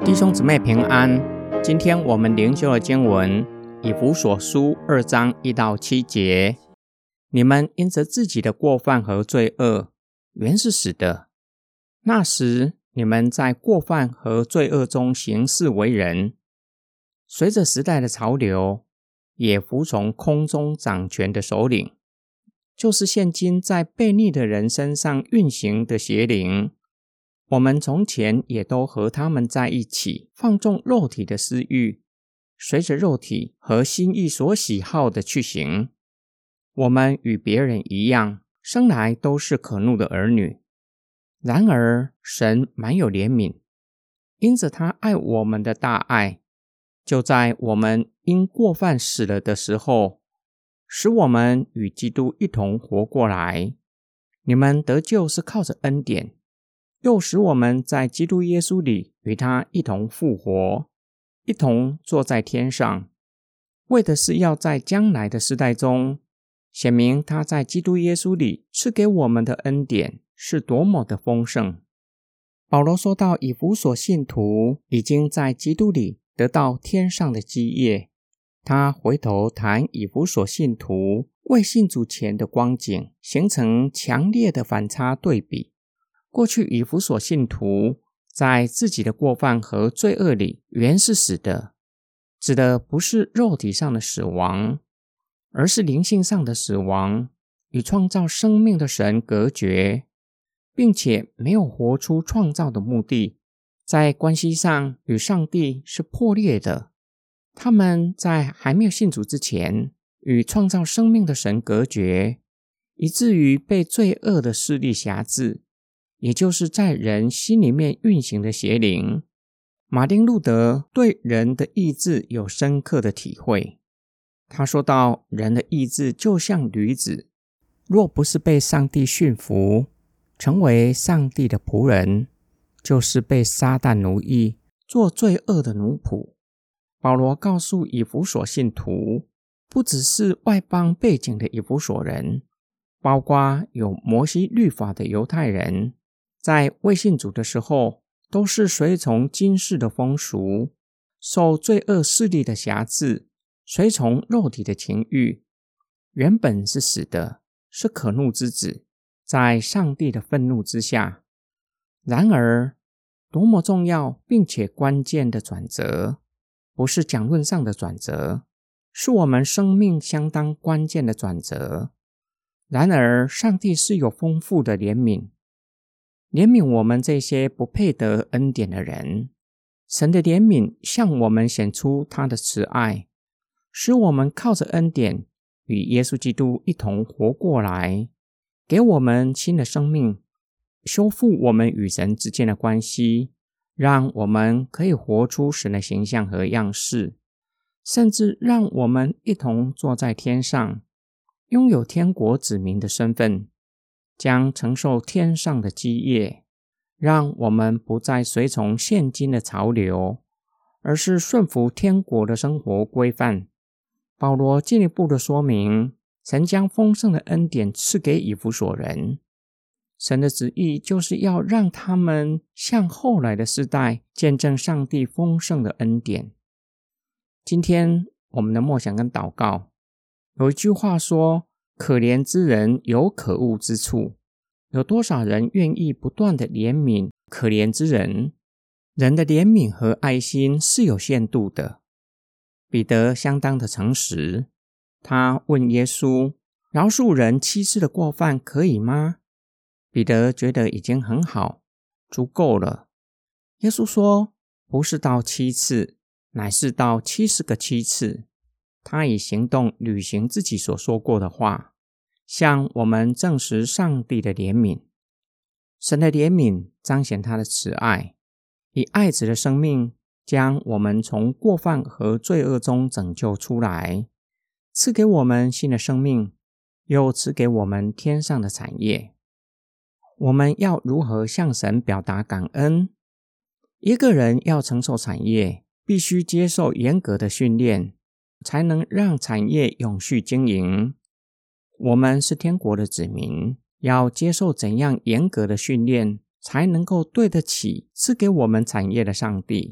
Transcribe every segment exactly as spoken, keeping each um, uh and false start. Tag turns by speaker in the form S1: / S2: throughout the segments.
S1: 弟兄姊妹平安，今天我们灵修的经文以弗所书二章一到七节。你们因着自己的过犯和罪恶，原是死的。那时你们在过犯和罪恶中行事为人，随着时代的潮流，也服从空中掌权的首领，就是现今在悖逆的人身上运行的邪灵。我们从前也都和他们在一起，放纵肉体的私欲，随着肉体和心意所喜好的去行。我们与别人一样，生来都是可怒的儿女。然而神满有怜悯，因着他爱我们的大爱，就在我们因过犯死了的时候，使我们与基督一同活过来。你们得救是靠着恩典，又使我们在基督耶稣里与他一同复活，一同坐在天上，为的是要在将来的世代中显明他在基督耶稣里赐给我们的恩典是多么的丰盛。保罗说到以弗所信徒已经在基督里得到天上的基业，他回头谈以弗所信徒未信主前的光景，形成强烈的反差对比。过去以弗所信徒在自己的过犯和罪恶里原是死的，指的不是肉体上的死亡，而是灵性上的死亡，与创造生命的神隔绝，并且没有活出创造的目的，在关系上与上帝是破裂的。他们在还没有信主之前，与创造生命的神隔绝，以至于被罪恶的势力辖制，也就是在人心里面运行的邪灵。马丁路德对人的意志有深刻的体会，他说到，人的意志就像驴子，若不是被上帝驯服，成为上帝的仆人，就是被撒旦奴役，做罪恶的奴仆。保罗告诉以弗所信徒，不只是外邦背景的以弗所人，包括有摩西律法的犹太人，在未信主的时候，都是随从今世的风俗，受罪恶势力的辖制，随从肉体的情欲，原本是死的，是可怒之子，在上帝的愤怒之下。然而多么重要并且关键的转折，不是讲论上的转折，是我们生命相当关键的转折。然而上帝是有丰富的怜悯，怜悯我们这些不配得恩典的人。神的怜悯向我们显出他的慈爱，使我们靠着恩典与耶稣基督一同活过来，给我们新的生命，修复我们与神之间的关系，让我们可以活出神的形象和样式，甚至让我们一同坐在天上，拥有天国子民的身份，将承受天上的基业，让我们不再随从现今的潮流，而是顺服天国的生活规范。保罗进一步的说明，神将丰盛的恩典赐给以弗所人，神的旨意就是要让他们向后来的世代见证上帝丰盛的恩典。今天我们的默想跟祷告，有一句话说，可怜之人有可恶之处。有多少人愿意不断的怜悯可怜之人？人的怜悯和爱心是有限度的。彼得相当的诚实，他问耶稣，饶恕人七次的过犯可以吗？彼得觉得已经很好，足够了。耶稣说，不是到七次，乃是到七十个七次。他以行动履行自己所说过的话，向我们证实上帝的怜悯。神的怜悯彰显他的慈爱，以爱子的生命将我们从过犯和罪恶中拯救出来，赐给我们新的生命，又赐给我们天上的产业。我们要如何向神表达感恩？一个人要承受产业，必须接受严格的训练，才能让产业永续经营。我们是天国的子民，要接受怎样严格的训练，才能够对得起赐给我们产业的上帝。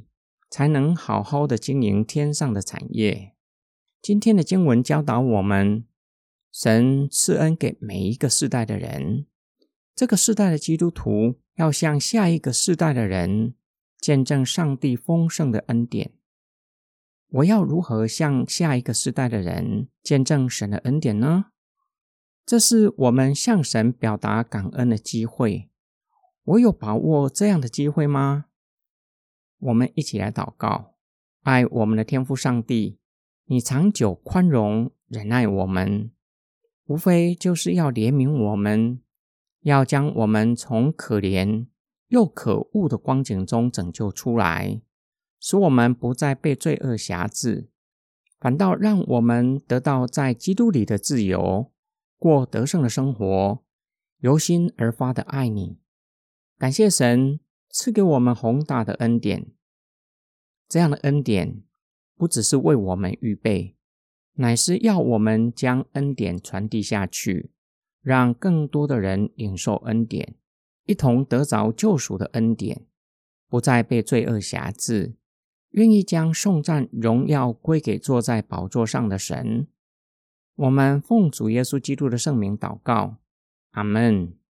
S1: 才能好好的经营天上的产业。今天的经文教导我们，神赐恩给每一个世代的人，这个世代的基督徒要向下一个世代的人见证上帝丰盛的恩典。我要如何向下一个世代的人见证神的恩典呢？这是我们向神表达感恩的机会。我有把握这样的机会吗？我们一起来祷告。爱我们的天父上帝，你长久宽容忍耐我们，无非就是要怜悯我们，要将我们从可怜又可恶的光景中拯救出来，使我们不再被罪恶辖制，反倒让我们得到在基督里的自由，过得胜的生活，由心而发的爱你。感谢神赐给我们宏大的恩典，这样的恩典不只是为我们预备，乃是要我们将恩典传递下去，让更多的人领受恩典，一同得着救赎的恩典，不再被罪恶辖制，愿意将颂赞荣耀归给坐在宝座上的神。我们奉主耶稣基督的圣名祷告，阿们。